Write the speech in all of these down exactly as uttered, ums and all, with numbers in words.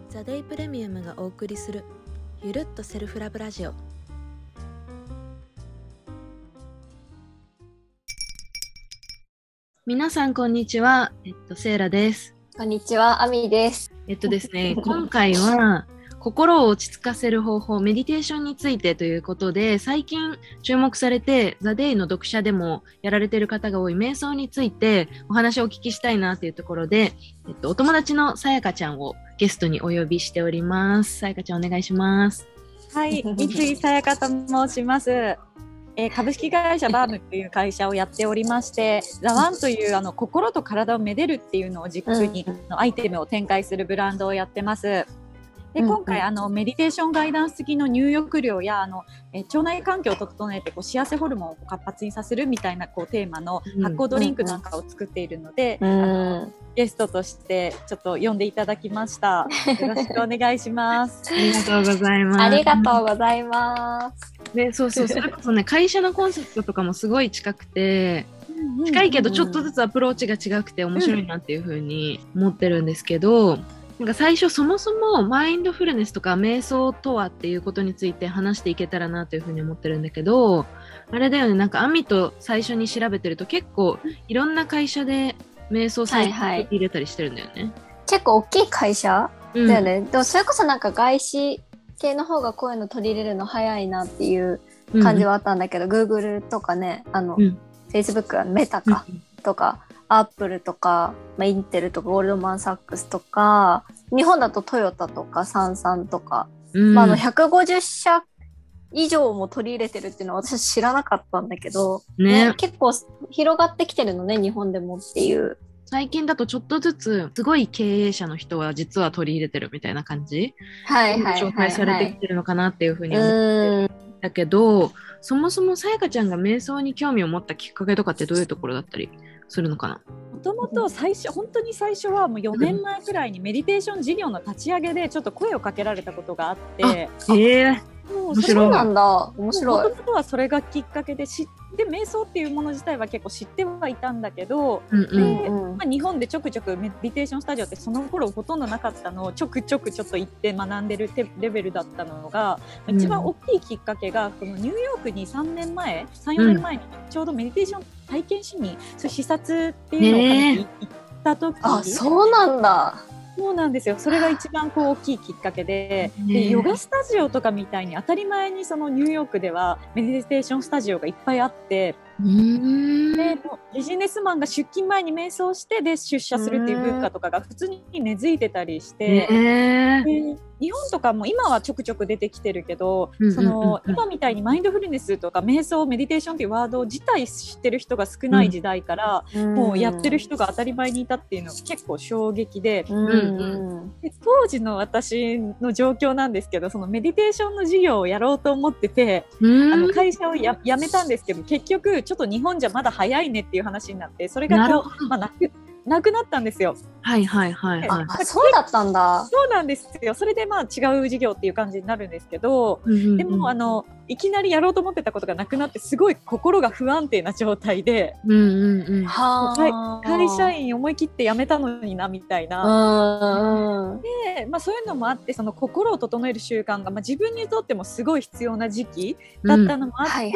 ザ・デイプレミアムがお送りするゆるっとセルフラブラジオ。皆さんこんにちは、えっと、セイラです。 こんにちは、アミです。 えっとですね今回は心を落ち着かせる方法、メディテーションについてということで、最近注目されてザ・デイの読者でもやられている方が多い瞑想についてお話をお聞きしたいなというところで、えっと、お友達のさやかちゃんをゲストにお呼びしております。さやかちゃんお願いします。 はい、三井さやかと申します。えー、株式会社バームという会社をやっておりまして、ザワンというあの心と体をめでるっていうのを軸に、うん、のアイテムを展開するブランドをやってます。で今回、うんうん、あのメディテーションガイダンス付きの入浴料やあのえ腸内環境を整えてこう幸せホルモンを活発にさせるみたいなこうテーマの発酵ドリンクなんかを作っているので、うんうん、あのゲストとしてちょっと呼んでいただきました。よろしくお願いします。 ありがとうございます。 ありがとうございます。 でそうそう、それこそね会社のコンセプトとかもすごい近くて近いけどちょっとずつアプローチが違くて面白いなっていう風に思ってるんですけど、なんか最初そもそもマインドフルネスとか瞑想とはっていうことについて話していけたらなというふうに思ってるんだけど、あれだよね、なんかアミと最初に調べてると結構いろんな会社で瞑想サイト入れたりしてるんだよね、はいはい、 結構大きい会社だよね、うん、でもそれこそなんか外資系の方がこういうの取り入れるの早いなっていう感じはあったんだけど、うん、Google とかね、あの、うん、Facebook はメタか、うん、とかアップルとか、まあ、インテルとかゴールドマンサックスとか、日本だとトヨタとかサンサンとか、うんまあ、あのひゃくごじゅっしゃ以上も取り入れてるっていうのは私は知らなかったんだけど、ねね、結構広がってきてるのね、日本でもっていう。 最近だとちょっとずつすごい経営者の人は実は取り入れてるみたいな感じ、 はいはいはいはい、 紹介されてきてるのかなっていうふうに思ってるんだけど、そもそもさやかちゃんが瞑想に興味を持ったきっかけとかってどういうところだったりするのかな。 もともと最初、本当に最初はもうよねんまえくらいにメディテーション事業の立ち上げでちょっと声をかけられたことがあって、 えー、 もうそうなんだ、面白い。 もともとはそれがきっかけで知ってで瞑想っていうもの自体は結構知ってはいたんだけど、うんうんでまあ、日本でちょくちょくメディテーションスタジオってその頃ほとんどなかったのをちょくちょくちょっと行って学んでるレベルだったのが、うん、一番大きいきっかけがこのニューヨークにさんねんまえ さん,よ 年前にちょうどメディテーション体験しに、そういう視察っていうのを兼ねて行った時、えー、 あ、そうなんだ。 そうなんですよ。それが一番こう大きいきっかけで、でヨガスタジオとかみたいに当たり前にそのニューヨークではメディテーションスタジオがいっぱいあって、うーんでもうビジネスマンが出勤前に瞑想してで出社するっていう文化とかが普通に根付いてたりして、で日本とかも今はちょくちょく出てきてるけど、うんうんうん、その今みたいにマインドフルネスとか瞑想メディテーションっていうワード自体知ってる人が少ない時代から、うん、もうやってる人が当たり前にいたっていうのが結構衝撃で、うんうん、で当時の私の状況なんですけど、そのメディテーションの授業をやろうと思ってて、うん、あの会社をや辞めたんですけど、結局ちょっと日本じゃまだ早いねっていう話になって、それがこう、まあ、なくなくなったんですよ。 はいはいはい、はい、 あ、そうだったんだ。 そうなんですよ。それでまあ違う事業っていう感じになるんですけど、うんうんうん、でもあのいきなりやろうと思ってたことがなくなってすごい心が不安定な状態で、うんうんうん、は会社員思い切って辞めたのになみたいな。で、まあ、そういうのもあって、その心を整える習慣が、まあ、自分にとってもすごい必要な時期だったのもあって、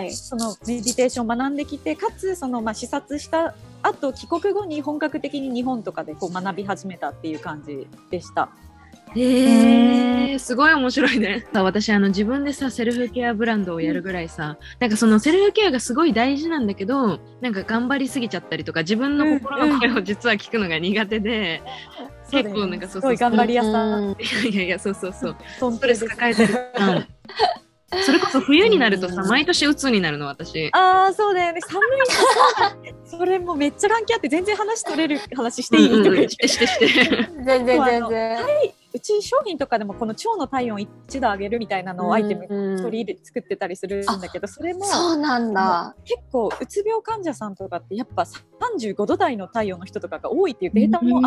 そのメディテーションを学んできて、かつそのまあ視察したあと帰国後に本格的に日本とかでこう学び始めたっていう感じでした。 へー、すごい面白いね。私あの自分でさセルフケアブランドをやるぐらいさ、うん、なんかそのセルフケアがすごい大事なんだけど、なんか頑張りすぎちゃったりとか自分の心の声を実は聞くのが苦手で、うんうん、結構なんかそうそう、 すごい頑張り屋さん、 いやいやいや、そうそうそうストレス抱えてるそれこそ冬になるとさ、毎年鬱になるの私。 ああ、そうだよね。寒いそれもめっちゃ関係あって、全然話取れる話していい、うんうん、とか言って。 してして全然全然。 はい、うち商品とかでもこの腸の体温をいちど上げるみたいなのをアイテム取り入れ作ってたりするんだけど、それもそうなんだ。 結構うつ病患者さんとかってやっぱさんじゅうごど台の体温の人とかが多いっていうデータもあって、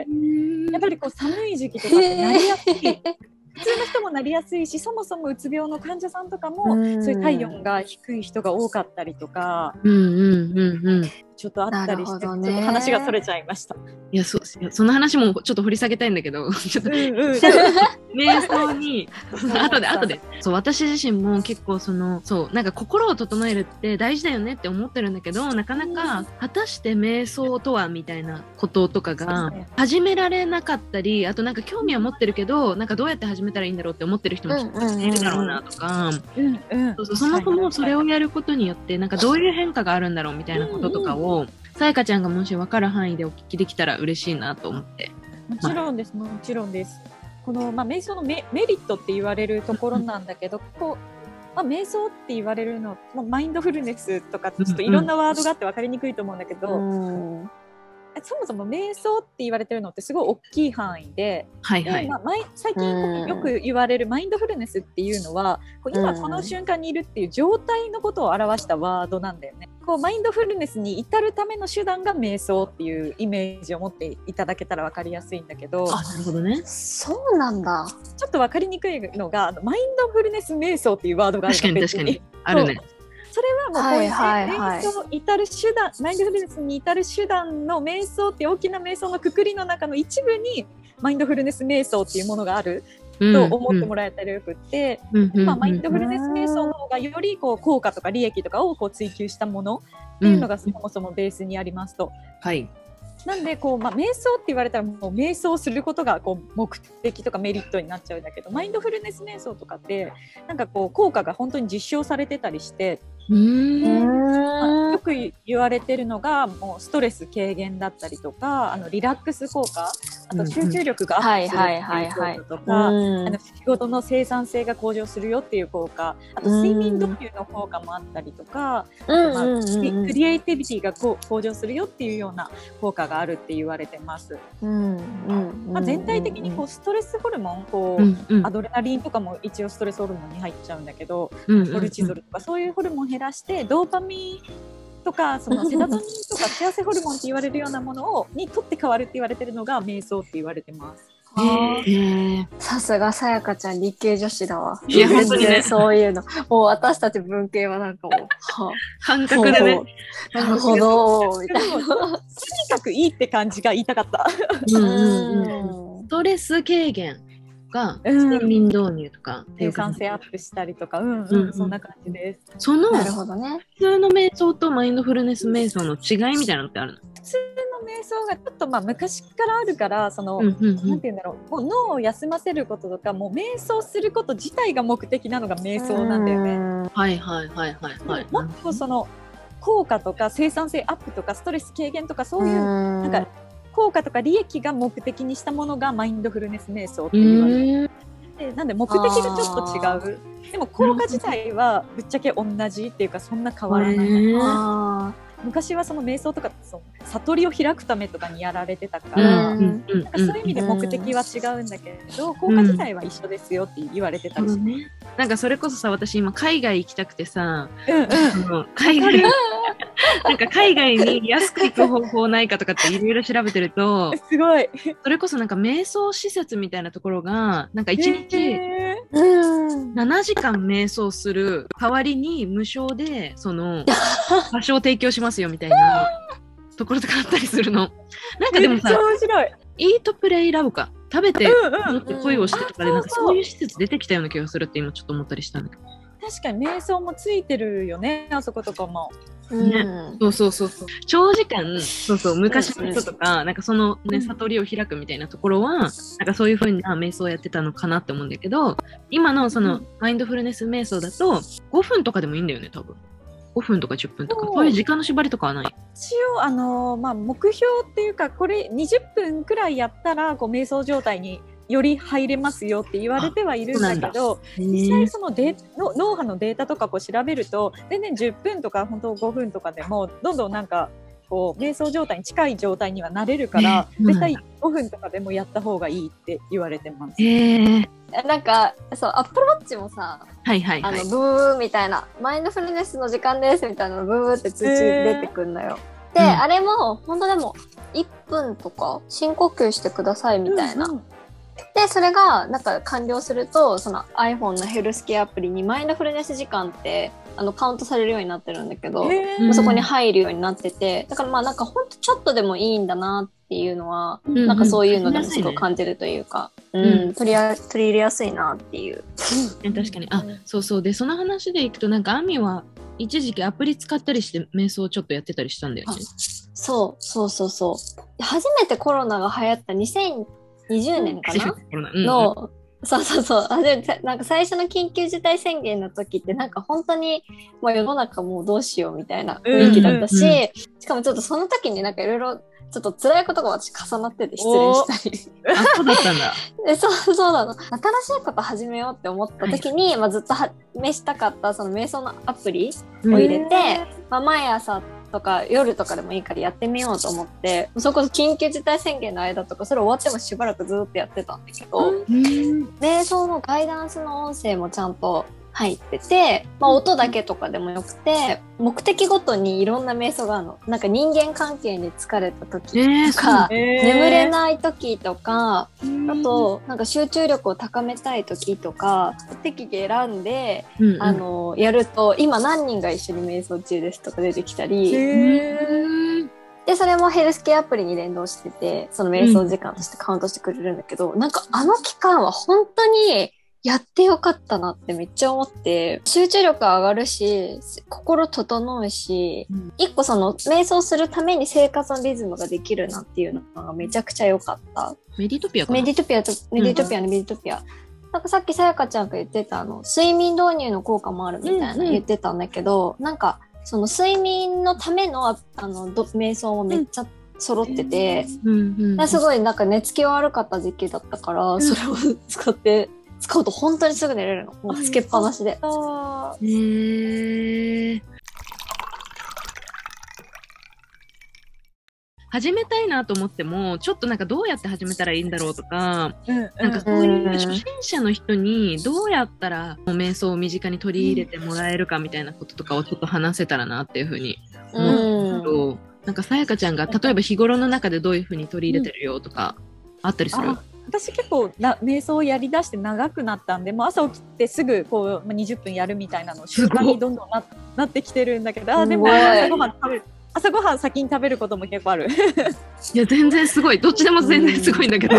やっぱりこう寒い時期とかってなりやすい。普通の人もなりやすいし、そもそもうつ病の患者さんとかもそういう体温が低い人が多かったりとか、うんうんうんうん、 ちょっとあったりして、ね、ちょっと話がそれちゃいました。 いや、そ、その話もちょっと掘り下げたいんだけど、ちょっと、うんうん、瞑想に、後で、後で。そう、私自身も結構その、そう、なんか心を整えるって大事だよねって思ってるんだけど、なかなか、果たして瞑想とはみたいなこととかが、始められなかったり、あとなんか興味は持ってるけど、なんかどうやって始めたらいいんだろうって思ってる人もきっといるだろうなとか、そもそもそれをやることによって、なんかどういう変化があるんだろうみたいなこととかを、さやかちゃんがもし分かる範囲でお聞きできたら嬉しいなと思って。 もちろんです、もちろんです。この、まあ、瞑想の メ, メリットって言われるところなんだけど、こう、まあ、瞑想って言われるの、もうマインドフルネスとかちょっといろんなワードがあって分かりにくいと思うんだけど、うんうん、そもそも瞑想って言われてるのってすごい大きい範囲で、はいはい、でまあ、最近よく言われるマインドフルネスっていうのは、こう今この瞬間にいるっていう状態のことを表したワードなんだよね。こうマインドフルネスに至るための手段が瞑想っていうイメージを持っていただけたら分かりやすいんだけど。 あ、なるほどね。 そうなんだ。 ちょっと分かりにくいのが、マインドフルネス瞑想っていうワードがあるの。 確かに確かにあるね。 それはもうこういう、瞑想至る手段、マインドフルネスに至る手段の瞑想っていう大きな瞑想のくくりの中の一部にマインドフルネス瞑想っていうものがあると思ってもらえたらよくって、うんうんまあ、マインドフルネス瞑想の方がよりこう効果とか利益とかをこう追求したものっていうのがそもそもベースにありますと。 はい。 なんでこう、まあ、瞑想って言われたらもう瞑想することがこう目的とかメリットになっちゃうんだけど、マインドフルネス瞑想とかってなんかこう効果が本当に実証されてたりして、うーん、まあ、よく言われてるのがもうストレス軽減だったりとか、あのリラックス効果、あと集中力がアップするっていう効果とか、あの仕事の生産性が向上するよっていう効果、あと睡眠導入の効果もあったりとか、あとまあクリエイティビティが向上するよっていうような効果があるって言われてます。うんうんまあ、全体的にこうストレスホルモン、こう、うんうん、アドレナリンとかも一応ストレスホルモンに入っちゃうんだけど、うんうんうん、コルチゾルとかそういうホルモンを減らしてドーパミンとかそのセロトニンとか幸せホルモンって言われるようなものをにとって変わるって言われてるのが瞑想って言われてます。 さすがさやかちゃん理系女子だわ。 いや本当にね、 そういうのもう私たち文系はなんかもうは感覚でね、 なるほどみたいな。 とにかくいいって感じが言いたかった。 うんうんうん、ストレス軽減が睡眠導入とか、 生産性アップしたりとか、うんうんうん、そんな感じです。 そのなるほどね、 普通の瞑想とマインドフルネス瞑想の違いみたいなのってあるの？ 普通の瞑想がちょっとまあ昔からあるから、その、うんうんうん、なんていうんだろう、もう脳を休ませることとか、もう瞑想すること自体が目的なのが瞑想なんだよね。 はいはいはいはいはい。 もっとその効果とか生産性アップとかストレス軽減とかそういうなんか効果とか利益が目的にしたものがマインドフルネス瞑想って言われる。でなんで目的がちょっと違う。でも効果自体はぶっちゃけ同じっていうか、そんな変わらない。あ昔はその瞑想とかその悟りを開くためとかにやられてたから、うん、なんかそういう意味で目的は違うんだけど、うん、効果自体は一緒ですよって言われてたりします、うん、 なんかそれこそさ、私今海外行きたくてさ、うんうん、海外なんか海外に安く行く方法ないかとかっていろいろ調べてるとすごいそれこそなんか瞑想施設みたいなところがなんかいちにちななじかん瞑想する代わりに無償でその場所を提供しますよみたいなところとかあったりするの。なんかでもさ、 面白い。 イートプレイラブか食べてもっと恋をしてとかでなんかそういう施設出てきたような気がするって今ちょっと思ったりしたんだけど。 確かに瞑想もついてるよね、あそことかも。 ね、うん、そうそうそうそう。長時間、そうそう、昔の人とか、なんかそのね、悟りを開くみたいなところは、なんかそういう風な瞑想をやってたのかなって思うんだけど、今のそのマインドフルネス瞑想だと、ごふんとかでもいいんだよね、多分。ごふんとかじゅっぷんとか、そういう時間の縛りとかはない？ 一応、あのー、まあ、目標っていうか、これにじゅっぷんくらいやったら、こう、瞑想状態により入れますよって言われてはいるんだけど、実際そのデの脳波のデータとかこう調べると全然じゅっぷんとか本当ごふんとかでもどんどんなんかこう瞑想状態に近い状態にはなれるから、絶対ごふんとかでもやった方がいいって言われてます。 へなんかそうアップルウォッチもさ、 はいはいはい、 あのブーみたいなマインドフルネスの時間ですみたいなのブーって通知出てくるのよ。で、うん、あれも本当でもいっぷんとか深呼吸してくださいみたいな。うんうんでそれがなんか完了するとその iPhone のヘルスケアアプリにマインドフルネス時間ってあのカウントされるようになってるんだけど、まあ、そこに入るようになってて、だからまあなんかほんとちょっとでもいいんだなっていうのは、うん、なんかそういうのでもすごい感じるというか、うんうん、取りや取り入れやすいなっていう、 うん、確かに。あ、そうそう。でその話でいくとなんかアミは一時期アプリ使ったりして瞑想をちょっとやってたりしたんだよね。 そうそうそうそう。初めてコロナが流行ったにせんにじゅうねんかな、うん、のそうそうそう。あでなんか最初の緊急事態宣言の時ってなんか本当にもう世の中もうどうしようみたいな雰囲気だったし、うんうんうん、しかもちょっとその時になんかいろいろちょっと辛いことが私重なってて失恋したりあ、そうだったんだでそうそうなの。新しいこと始めようって思った時に、はい、まあ、ずっと試したかったその瞑想のアプリを入れて、まあ、毎朝とか夜とかでもいいからやってみようと思ってそこそ緊急事態宣言の間とかそれ終わってもしばらくずっとやってたんだけど、瞑想のガイダンスの音声もちゃんと入ってて、まあ、音だけとかでもよくて目的ごとにいろんな瞑想があるの。なんか人間関係に疲れた時とか、えーえー、眠れない時とか、あとなんか集中力を高めたい時とか適宜選んで、うんうん、あのやると今何人が一緒に瞑想中ですとか出てきたり、えー、でそれもヘルスケアアプリに連動しててその瞑想時間としてカウントしてくれるんだけど、うん、なんかあの期間は本当にやってよかったなってめっちゃ思って、集中力上がるし心整うし、うん、一個その瞑想するために生活のリズムができるなっていうのがめちゃくちゃ良かった。 メディトピアかな。 メディトピアとメディトピアのメディトピア、うん、なんかさっきさやかちゃんが言ってたあの睡眠導入の効果もあるみたいな言ってたんだけど、うんうん、なんかその睡眠のためのあの瞑想もめっちゃ揃ってて、うんうん、すごいなんか寝つき悪かった時期だったから、うん、それを使って使うと本当にすぐ寝れるの。もうつけっぱなしで。へー。始めたいなと思ってもちょっとなんかどうやって始めたらいいんだろうとか、うん、なんかそういう初心者の人にどうやったら瞑想を身近に取り入れてもらえるかみたいなこととかをちょっと話せたらなっていうふうに思うんだけど、うん、なんかさやかちゃんが例えば日頃の中でどういうふうに取り入れてるよとかあったりする？うん、 私結構な瞑想をやりだして長くなったんで、もう朝起きてすぐこうにじゅっぷんやるみたいなの習慣にどんどん な, なってきてるんだけど、あでも朝ごはん食べる朝ごはん先に食べることも結構あるいや全然すごい、どっちでも全然すごいんだけど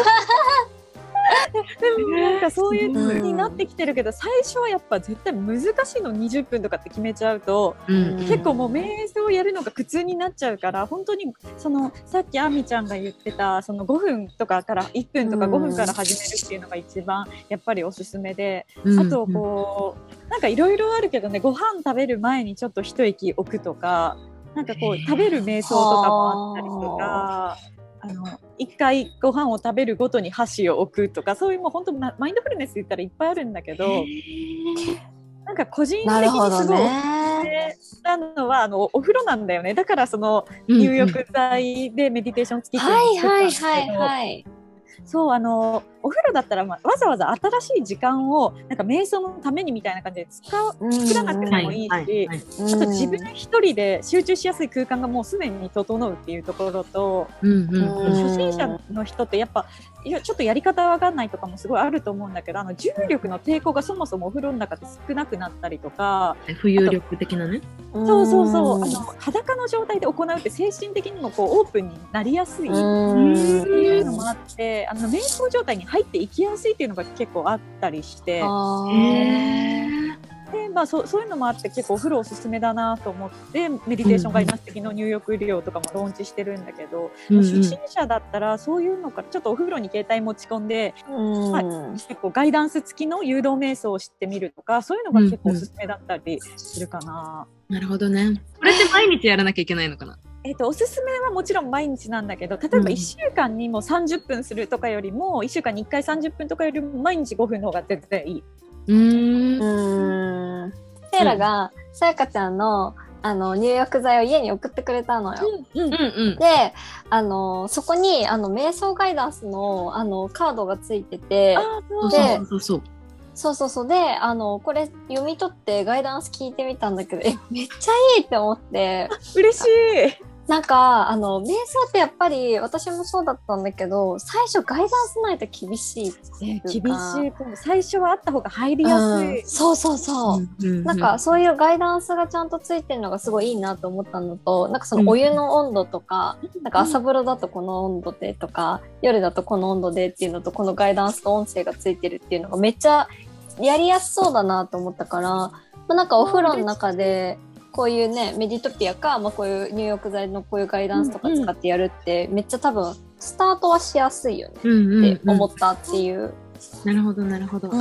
でもなんかそういう風になってきてるけど、最初はやっぱ絶対難しいのにじゅっぷんとかって決めちゃうと、うん、結構もう瞑想をやるのが苦痛になっちゃうから、本当にそのさっきあみちゃんが言ってたそのごふんとかからいっぷんとかごふんから始めるっていうのが一番やっぱりおすすめで、うん、あとこうなんかいろいろあるけどね、ご飯食べる前にちょっと一息置くとか、なんかこう食べる瞑想とかもあったりとか、あの一回ご飯を食べるごとに箸を置くとか、そういうもう本当マインドフルネスって言ったらいっぱいあるんだけど、なんか個人的にすごいなのはあのお風呂なんだよね。だからその入浴剤でメディテーション付きっていうのを作ったんですけど、はいはいはいはい、そうあのお風呂だったら、まあ、わざわざ新しい時間をなんか瞑想のためにみたいな感じで使う作らなくてもいいし、はいはいはい、あと自分一人で集中しやすい空間がもうすでに整うっていうところと、うんうん、初心者の人ってやっぱいやちょっとやり方わかんないとかもすごいあると思うんだけど、あの重力の抵抗がそもそもお風呂の中で少なくなったりとか、 浮遊力的なね、 そうそうそう、あの裸の状態で行うって精神的にもこうオープンになりやすいっていうのもあって、あの瞑想状態に入っていきやすいっていうのが結構あったりして、あで、まあ、そ, そういうのもあって結構お風呂おすすめだなと思ってメディテーションガイダンス的の入浴料とかもローンチしてるんだけど、うんうん、初心者だったらそういうのからちょっとお風呂に携帯持ち込んで、うんまあ、結構ガイダンス付きの誘導瞑想をしてみるとか、そういうのが結構おすすめだったりするかな、 うんうん、なるほどね。これって毎日やらなきゃいけないのかな？ えー、とおすすめはもちろん毎日なんだけど、例えばいっしゅうかんにもさんじゅっぷんするとかよりも、うん、いっしゅうかんにいっかいさんじゅっぷんとかよりも毎日ごふんの方が全然いい。うーんセイラがさやかちゃんのあの入浴剤を家に送ってくれたのよ、うんうんうん、であのそこにあの瞑想ガイダンス の, あのカードがついてて、あでそうそうそうそうそうそうであのこれ読み取ってガイダンス聞いてみたんだけど、えめっちゃいいって思って、 嬉しい。 なんかあの瞑想ってやっぱり私もそうだったんだけど、最初ガイダンスないと厳しいっていうか、 えー、厳しい。最初はあった方が入りやすい、 うん、そうそうそう、うんうんうん、なんかそういうガイダンスがちゃんとついてるのがすごいいいなと思ったのと、なんかそのお湯の温度とか、うん、なんか朝風呂だとこの温度でとか、夜だとこの温度でっていうのと、このガイダンスと音声がついてるっていうのがめっちゃやりやすそうだなと思ったから、まあ、なんかお風呂の中でこういうねメディトピアか、まあ、こういう入浴剤のこういうガイダンスとか使ってやるって、うんうん、めっちゃ多分スタートはしやすいよねって思ったっていう。うんうんうん、 なるほどなるほど。うん、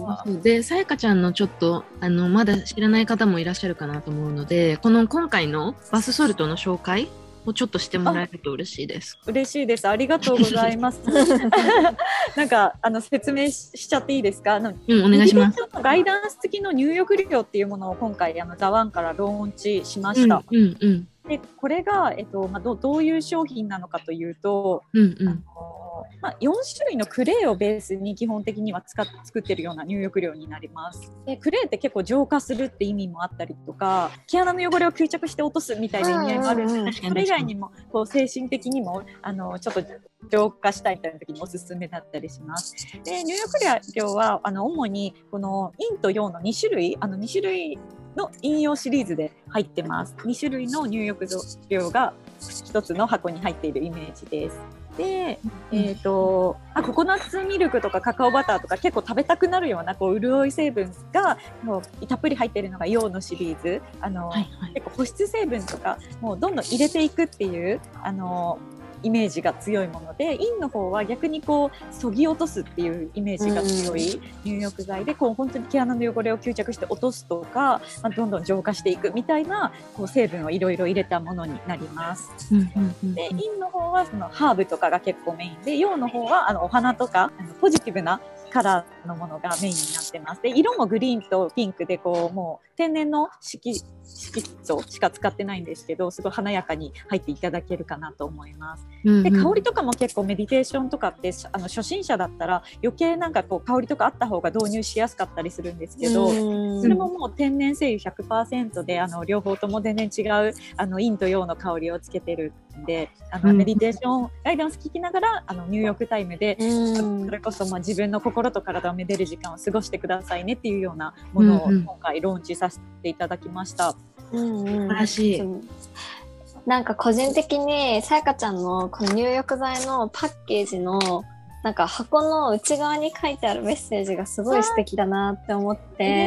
あ、そうで、さやかちゃんのちょっとあのまだ知らない方もいらっしゃるかなと思うので、この今回のバスソルトの紹介をちょっとしてもらえると嬉しいです。 嬉しいです。ありがとうございます。なんかあの説明 し, しちゃっていいですか？あの、 うん、お願いします。 ガイダンス付きの入浴料っていうものを今回あのザワンからローンチしました。 うんうんうん、 でこれが、えっとまあ、ど, どういう商品なのかというと、 うんうん、 あのまあ、よん種類のクレイをベースに基本的には使っ作ってるような入浴料になります。でクレイって結構浄化するって意味もあったりとか、毛穴の汚れを吸着して落とすみたいな意味合いもあるんですけど、それ以外にもこう精神的にもあのちょっと浄化したいみたいな時におすすめだったりします。で入浴料はあの主にこの陰と陽のに種類、あのに種類の飲用シリーズで入ってます。に種類の入浴料がひとつの箱に入っているイメージです。で、えーと、あココナッツミルクとかカカオバターとか結構食べたくなるようなこう潤い成分がもうたっぷり入っているのが陽のシリーズ、あの、はいはい、結構保湿成分とかもうどんどん入れていくっていうあのイメージが強いもので、陰の方は逆にこうそぎ落とすっていうイメージが強い入浴剤で、こう本当に毛穴の汚れを吸着して落とすとか、まあ、どんどん浄化していくみたいなこう成分をいろいろ入れたものになります。で陰の方はそのハーブとかが結構メインで、陽の方はあのお花とかあのポジティブなカラーのものがメインになってます。で色もグリーンとピンクでこうもう天然の色色素しか使ってないんですけど、すごい華やかに入っていただけるかなと思います。うんうん、で香りとかも結構メディテーションとかってあの初心者だったら余計なんかこう香りとかあった方が導入しやすかったりするんですけど、それももう天然精油 ひゃくパーセント であの両方とも全然違うあの陰と陽の香りをつけてるんで、あの、うん、メディテーションガイダンス聞きながらあの入浴タイムで、それこそまあ自分の心と体をめでる時間を過ごしてくださいねっていうようなものを今回ローンチさせていただきました。 うんうん、 素晴らしい。 なんか個人的にさやかちゃんのこの入浴剤のパッケージのなんか箱の内側に書いてあるメッセージがすごい素敵だなって思って、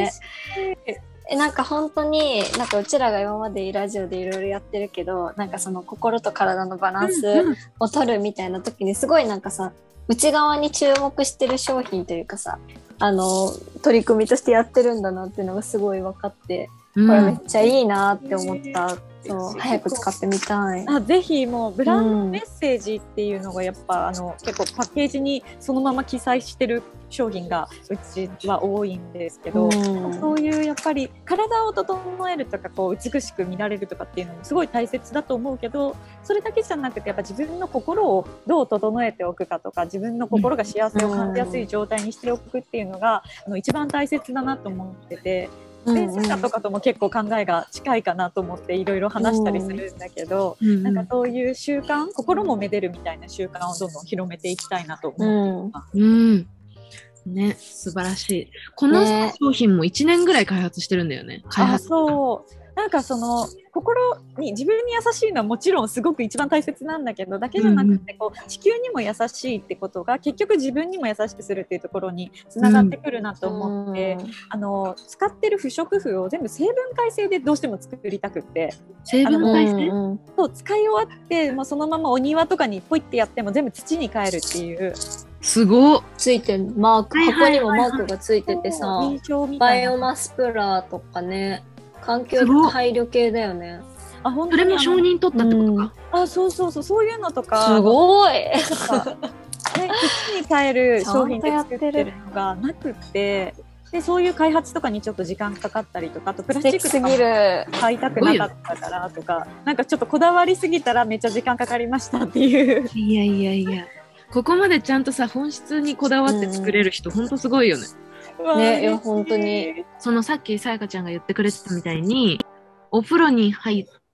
えなんか本当になんかうちらが今までラジオでいろいろやってるけど、なんかその心と体のバランスを取るみたいな時にすごいなんかさ、内側に注目してる商品というかさ、あの取り組みとしてやってるんだなっていうのがすごい分かって、これめっちゃいいなって思った。うん、そう早く使ってみたい。 あぜひもうブランドメッセージっていうのがやっぱ、うん、あの結構パッケージにそのまま記載してる商品がうちは多いんですけど、うん、そういうやっぱり体を整えるとかこう美しく見られるとかっていうのもすごい大切だと思うけど、それだけじゃなくてやっぱ自分の心をどう整えておくかとか、自分の心が幸せを感じやすい状態にしておくっていうのが、うん、あの一番大切だなと思ってて。でセカとかとも結構考えが近いかなと思っていろいろ話したりするんだけど、うん、なんかそういう習慣、心もめでるみたいな習慣をどんどん広めていきたいなと思ってます。 うんうん、ね、素晴らしい。この商品もいちねんぐらい開発してるんだよね。開発。 あ、そうなんかその心に自分に優しいのはもちろんすごく一番大切なんだけど、だけじゃなくてこう地球にも優しいってことが結局自分にも優しくするっていうところにつながってくるなと思って、うん、あの使ってる不織布を全部成分解性でどうしても作りたくって、 成分解性、 そう使い終わってもうそのままお庭とかにポイってやっても全部土に変えるっていう。 すごっ。 ついてるマーク、箱にもマークがついててさ、バイオマスプラーとかね、環境配慮系だよね。 あ、本当にそれも承認取ったってことか。 うん、あ、そうそうそう、そういうのとかすごいね、土に変える商品で作ってるのがなくて、でそういう開発とかにちょっと時間かかったりとか、あとプラスチックとかも買いたくなかったからとか、なんかちょっとこだわりすぎたらめっちゃ時間かかりましたっていう。 いやいやいや、ここまでちゃんとさ本質にこだわって作れる人、うん、ほんとすごいよね。 ね、いや本当にそのさっきさやかちゃんが言ってくれてたみたいに、お風呂に入っ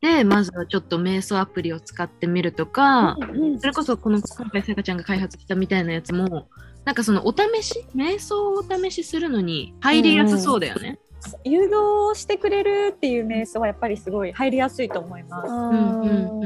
でまずはちょっと瞑想アプリを使ってみるとか、うんうん、それこそこの今回さやかちゃんが開発したみたいなやつもなんかそのお試し瞑想をお試しするのに入りやすそうだよね、 うん、誘導してくれるっていう瞑想はやっぱりすごい入りやすいと思います。うんうんうん、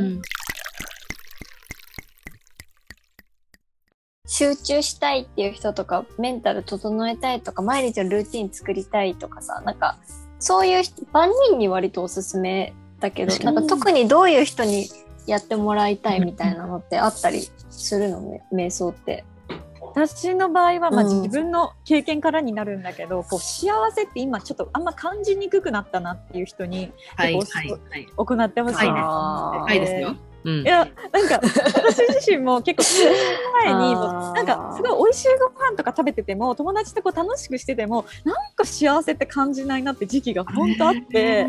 集中したいっていう人とかメンタル整えたいとか毎日のルーティン作りたいとかさ、なんかそういう人万人に割とおすすめだけど、なんか特にどういう人にやってもらいたいみたいなのってあったりするのね、瞑想って。 私の場合は、まあ、自分の経験からになるんだけど、うん、こう幸せって今ちょっとあんま感じにくくなったなっていう人に、はいはいはい、行ってほしいね。 はいですよ。うん、 いやなんか私自身も結構数年前になんかすごい美味しいご飯とか食べてても友達とこう楽しくしててもなんか幸せって感じないなって時期が本当あって、 うん、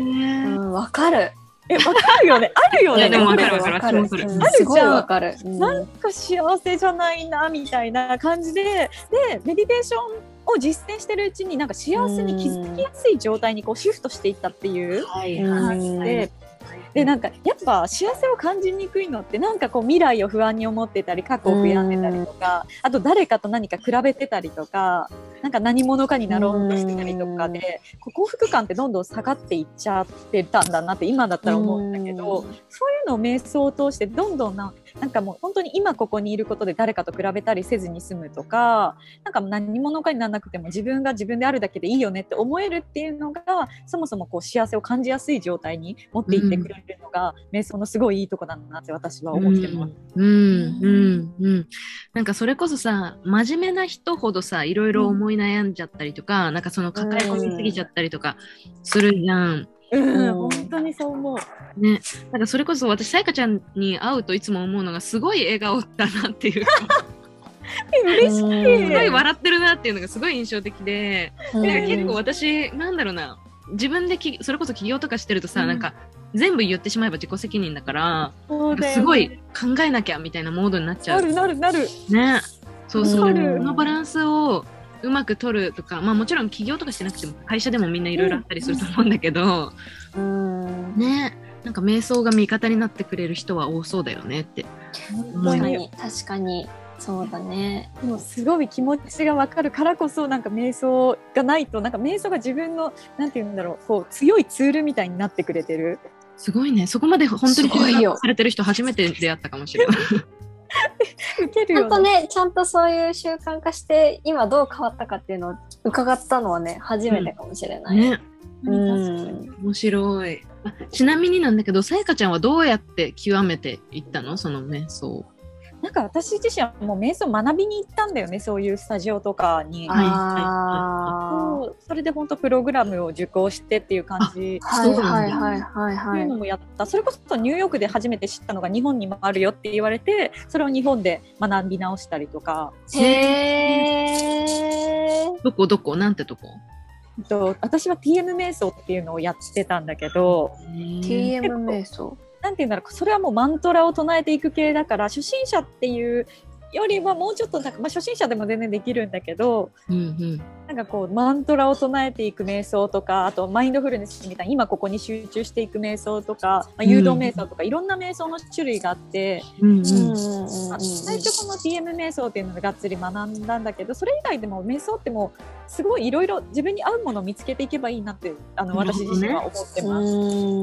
わかる。 え、わかるよね。あるよね。 でもわかるわかる。あるじゃん。 わかる。 なんか幸せじゃないなみたいな感じで、でメディテーションを実践してるうちになんか幸せに気づきやすい状態にこうシフトしていったっていう感じで。でなんかやっぱ幸せを感じにくいのってなんかこう未来を不安に思ってたり過去を悔やんでたりとか、あと誰かと何か比べてたりとか、なんか何者かになろうとしてたりとかで幸福感ってどんどん下がっていっちゃってたんだなって今だったら思うんだけど、そういうのを瞑想を通してどんどんななんかもう本当に今ここにいることで誰かと比べたりせずに済むとか、なんか何者かにならなくても自分が自分であるだけでいいよねって思えるっていうのがそもそもこう幸せを感じやすい状態に持っていってくれるのが、うん、瞑想のすごいいいとこだなって私は思ってます。 うんうんうんうん、なんかそれこそさ真面目な人ほどさいろいろ思い悩んじゃったりとか、うん、なんかその抱え込みすぎちゃったりとかするじゃん。 うん、本当にそう思う。 ね、なんかそれこそ私さやかちゃんに会うといつも思うのがすごい笑顔だなっていうか嬉しい。すごい笑ってるなっていうのがすごい印象的で、なんか結構私なんだろうな自分できそれこそ起業とかしてるとさ、うん、なんか全部言ってしまえば自己責任だからすごい考えなきゃみたいなモードになっちゃう。 なるなるなる。 ね、そうそう、このバランスをうまく取るとか、まあもちろん起業とかしてなくても会社でもみんないろいろあったりすると思うんだけど、うん、ね、なんか瞑想が味方になってくれる人は多そうだよねって思います。確かにそうだね。 もうすごい気持ちが分かるからこそなんか瞑想がないとなんか瞑想が自分のなんていうんだろうこう強いツールみたいになってくれてる。 すごいね。そこまで本当に研究されてる人初めて出会ったかもしれない。 ちゃんとね、ちゃんとそういう習慣化して今どう変わったかっていうのを伺ったのはね初めてかもしれない。うんね、 うん、面白い。あ、ちなみになんだけどさやかちゃんはどうやって極めていったのその瞑想。 なんか私自身はもう瞑想学びに行ったんだよね、そういうスタジオとかに。はい、それで本当プログラムを受講してっていう感じ。 はいはいはいはいはい。 っていうのもやった。それこそニューヨークで初めて知ったのが日本にもあるよって言われて、それを日本で学び直したりとか。 へー。 どこどこなんてとこ？ と私は ティーエム 瞑想っていうのをやってたんだけど。 ティーエム 瞑想。 なんていうんだろう、それはもうマントラを唱えていく系だから初心者っていうよりはもうちょっとなんか、まあ、初心者でも全然できるんだけど、うんうん、なんかこうマントラを唱えていく瞑想とかあとマインドフルネスみたいに今ここに集中していく瞑想とか、まあ、誘導瞑想とか、うん、いろんな瞑想の種類があって、うんうん、最初この ティーエム 瞑想っていうのでがっつり学んだんだけどそれ以外でも瞑想ってもうすごいいろいろ自分に合うものを見つけていけばいいなってあの私自身は思ってます。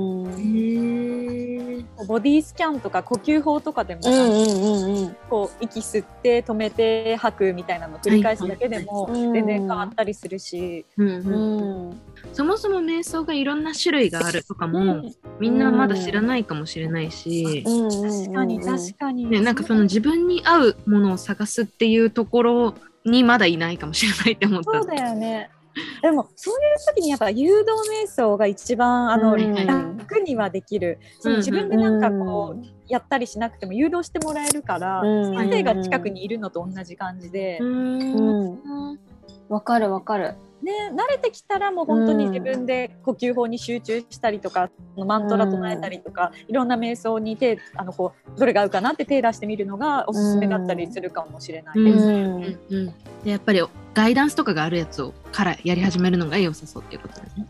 ボディスキャンとか呼吸法とかでも、うんうんうんうん、こう息吸って止めて吐くみたいなのを繰り返すだけでも全然変わったりするし、うんうんうん、そもそも瞑想がいろんな種類があるとかも、うん、みんなまだ知らないかもしれないし、 うん、確かに確かに、 ね、なんかその自分に合うものを探すっていうところにまだいないかもしれないって思った。 そうだよね。でもそういう時にやっぱ誘導瞑想が一番あの、うん、楽にはできる、その自分でなんかこう、うん、やったりしなくても誘導してもらえるから、うん、先生が近くにいるのと同じ感じで、うんうん、わかるわかる、 ね、慣れてきたらもう本当に自分で呼吸法に集中したりとか、うん、マントラ唱えたりとか、いろんな瞑想に手あのこうどれが合うかなって手出してみるのがおすすめだったりするかもしれないです、うんうんうん、でやっぱりガイダンスとかがあるやつをからやり始めるのが良さそうっていうことですね。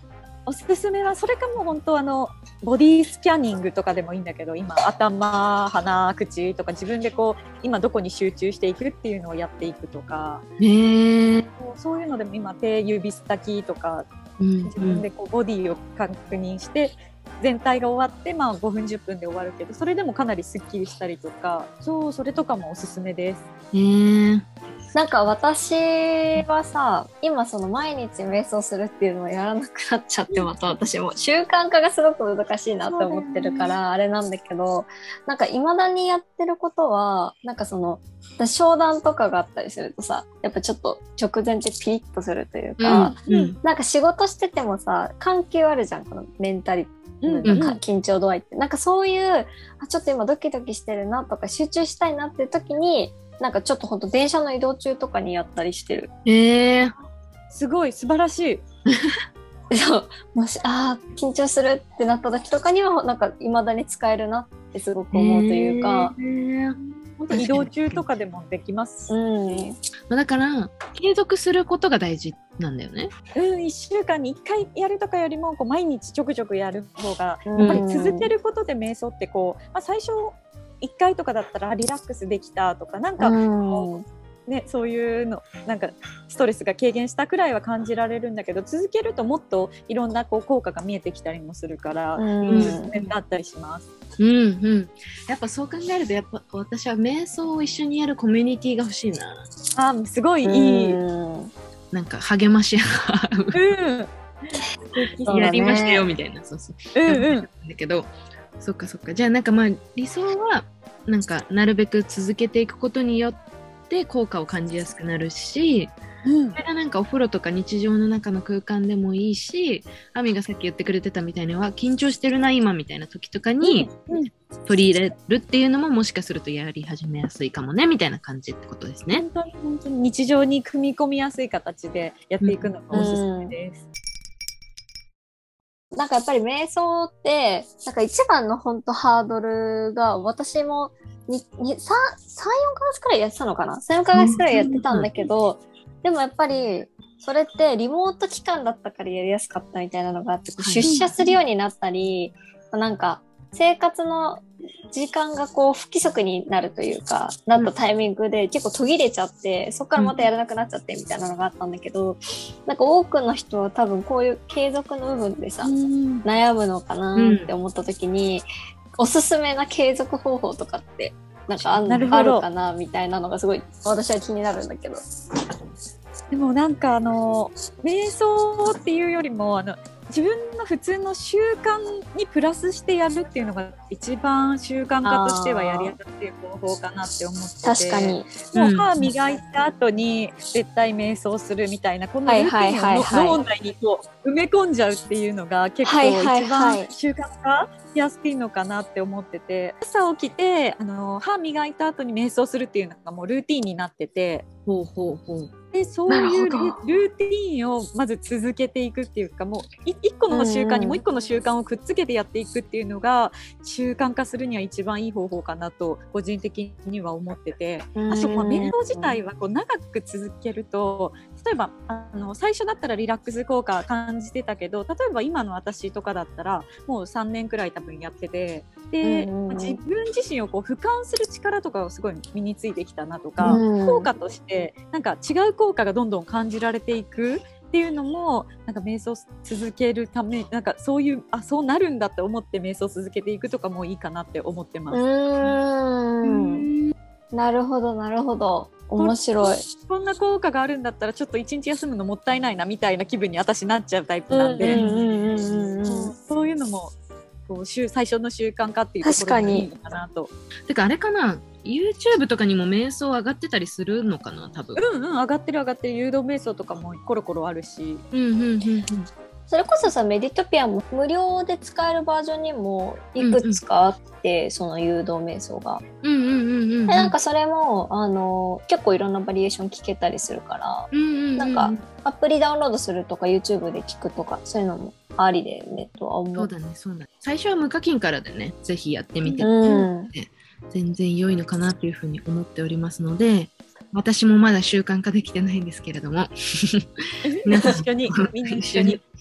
おすすめはそれかもう本当あのボディスキャニングとかでもいいんだけど、今頭鼻口とか自分でこう今どこに集中していくっていうのをやっていくとか、 へえ。 そういうのでも今手指先とかうんうん自分でこうボディを確認して全体が終わって、まあ、ごふんじゅっぷんで終わるけど、それでもかなりすっきりしたりとか、そうそれとかもおすすめです。 へえ。 なんか私はさ、今その毎日瞑想するっていうのをやらなくなっちゃって、また私も習慣化がすごく難しいなって思ってるからあれなんだけど、なんか未だにやってることは、なんかその私商談とかがあったりするとさ、やっぱちょっと直前ってピリッとするというか、 うんうん、 なんか仕事しててもさ関係あるじゃん、このメンタリティ。うん、なんか緊張度合いって、なんかそういうあちょっと今ドキドキしてるなとか集中したいなっていう時に、なんかちょっとほんと電車の移動中とかにやったりしてる。 へえ。 すごい素晴らしい。 そうもしあ緊張するってなった時とかにはなんか未だに使えるなってすごく思うというか、 本当移動中とかでもできます。 うん、 だから継続することが大事なんだよね。 うん、いっしゅうかんにいっかいやるとかよりもこう毎日ちょくちょくやる方がやっぱり続けることで瞑想ってこう、まあ、最初いっかいとかだったらリラックスできたとかなんかこう、ね、そういうのなんかストレスが軽減したくらいは感じられるんだけど、続けるともっといろんなこう効果が見えてきたりもするからおすすめだったりします。 うんうん、やっぱそう考えるとやっぱ私は瞑想を一緒にやるコミュニティが欲しいな。 あ、すごいいい。 なんか励まし合う、うん、やりましたよみたいな、そうそう、うんうん、だけどそっかそっか、じゃあなんかまあ理想はなんかなるべく続けていくことによって効果を感じやすくなるし、うん、それがなんかお風呂とか日常の中の空間でもいいし、アミがさっき言ってくれてたみたいには緊張してるな今みたいな時とかに取り入れるっていうのももしかするとやり始めやすいかもねみたいな感じってことですね。 本当に本当に日常に組み込みやすい形でやっていくのがおすすめです。 うん、なんかやっぱり瞑想ってなんか一番の本当ハードルが、私もさん、よんかげつくらいやってたのかな、さん、よんかげつくらいやってたんだけど、でもやっぱりそれってリモート期間だったからやりやすかったみたいなのがあって、出社するようになったり、なんか生活の時間がこう不規則になるというかなったタイミングで結構途切れちゃって、そこからまたやらなくなっちゃってみたいなのがあったんだけど、なんか多くの人は多分こういう継続の部分でさ、悩むのかなって思った時に、おすすめな継続方法とかってなんか あ, あるかなみたいなのがすごい私は気になるんだけど。 でもなんかあの瞑想っていうよりもあの自分の普通の習慣にプラスしてやるっていうのが一番習慣化としてはやりやすい方法かなって思ってて、 確かにもう歯磨いた後に絶対瞑想するみたいなこのルーティンを脳内にこう埋め込んじゃうっていうのが結構一番習慣化しやすいのかなって思ってて、朝起きてあの歯磨いた後に瞑想するっていうのがもうルーティンになってて、 ほうほうほう、 でそういうルーティンをまず続けていくっていうか、もう一個の習慣にもう一個の習慣をくっつけてやっていくっていうのが習慣化するには一番いい方法かなと個人的には思ってて、あと瞑想自体はこう長く続けると、例えばあの最初だったらリラックス効果感じてたけど、例えば今の私とかだったらもうさんねんくらい多分やってて、で自分自身をこう俯瞰する力とかをすごい身についてきたなとか、効果としてなんか違う効果がどんどん感じられていくっていうのも、なんか瞑想続けるため、なんかそういうあそうなるんだって思って瞑想続けていくとかもいいかなって思ってます。うーん、なるほどなるほど、面白い。 こんな効果があるんだったらちょっと一日休むのもったいないなみたいな気分に私なっちゃうタイプなんで、そういうのもこう最初の習慣化っていうところがいいのかなと。 てかあれかな、YouTube とかにも瞑想上がってたりするのかな、多分。 うんうん、上がってる上がってる、誘導瞑想とかもコロコロあるし、 うんうんうんうん、 それこそさメディトピアも無料で使えるバージョンにもいくつかあって、うんうん、その誘導瞑想が、うんうんうんうん、でなんかそれもあの結構いろんなバリエーション聞けたりするから、うんうんうん、なんかアプリダウンロードするとか YouTube で聞くとかそういうのもありでねとは思う。 そうだねそうだね、最初は無課金からでねぜひやってみて、うん、全然良いのかなというふうに思っておりますので、私もまだ習慣化できてないんですけれども皆さん確かにみんな一緒に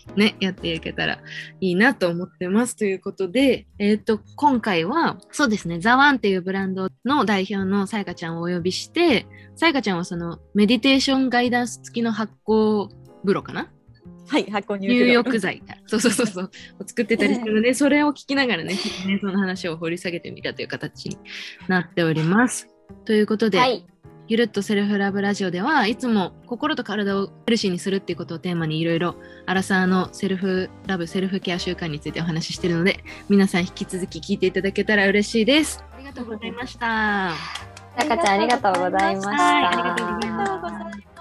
ね、やっていけたらいいなと思ってますということで、えっと、今回は、そうですね、ザワンっていうブランドの代表のさやかちゃんをお呼びして、さやかちゃんはそのメディテーションガイダンス付きの発酵風呂かなはい、発酵入入浴剤か。そうそうそうそう。を作ってたりするので、それを聞きながらね、ねその話を掘り下げてみたという形になっております。ということで、はい、ゆるっとセルフラブラジオではいつも心と体をヘルシーにするっていうことをテーマにいろいろアラサーのセルフラブ、セルフケア習慣についてお話ししているので、皆さん引き続き聞いていただけたら嬉しいです。ありがとうございました。 さやかちゃんありがとうございました。 はい、ありがとうございました。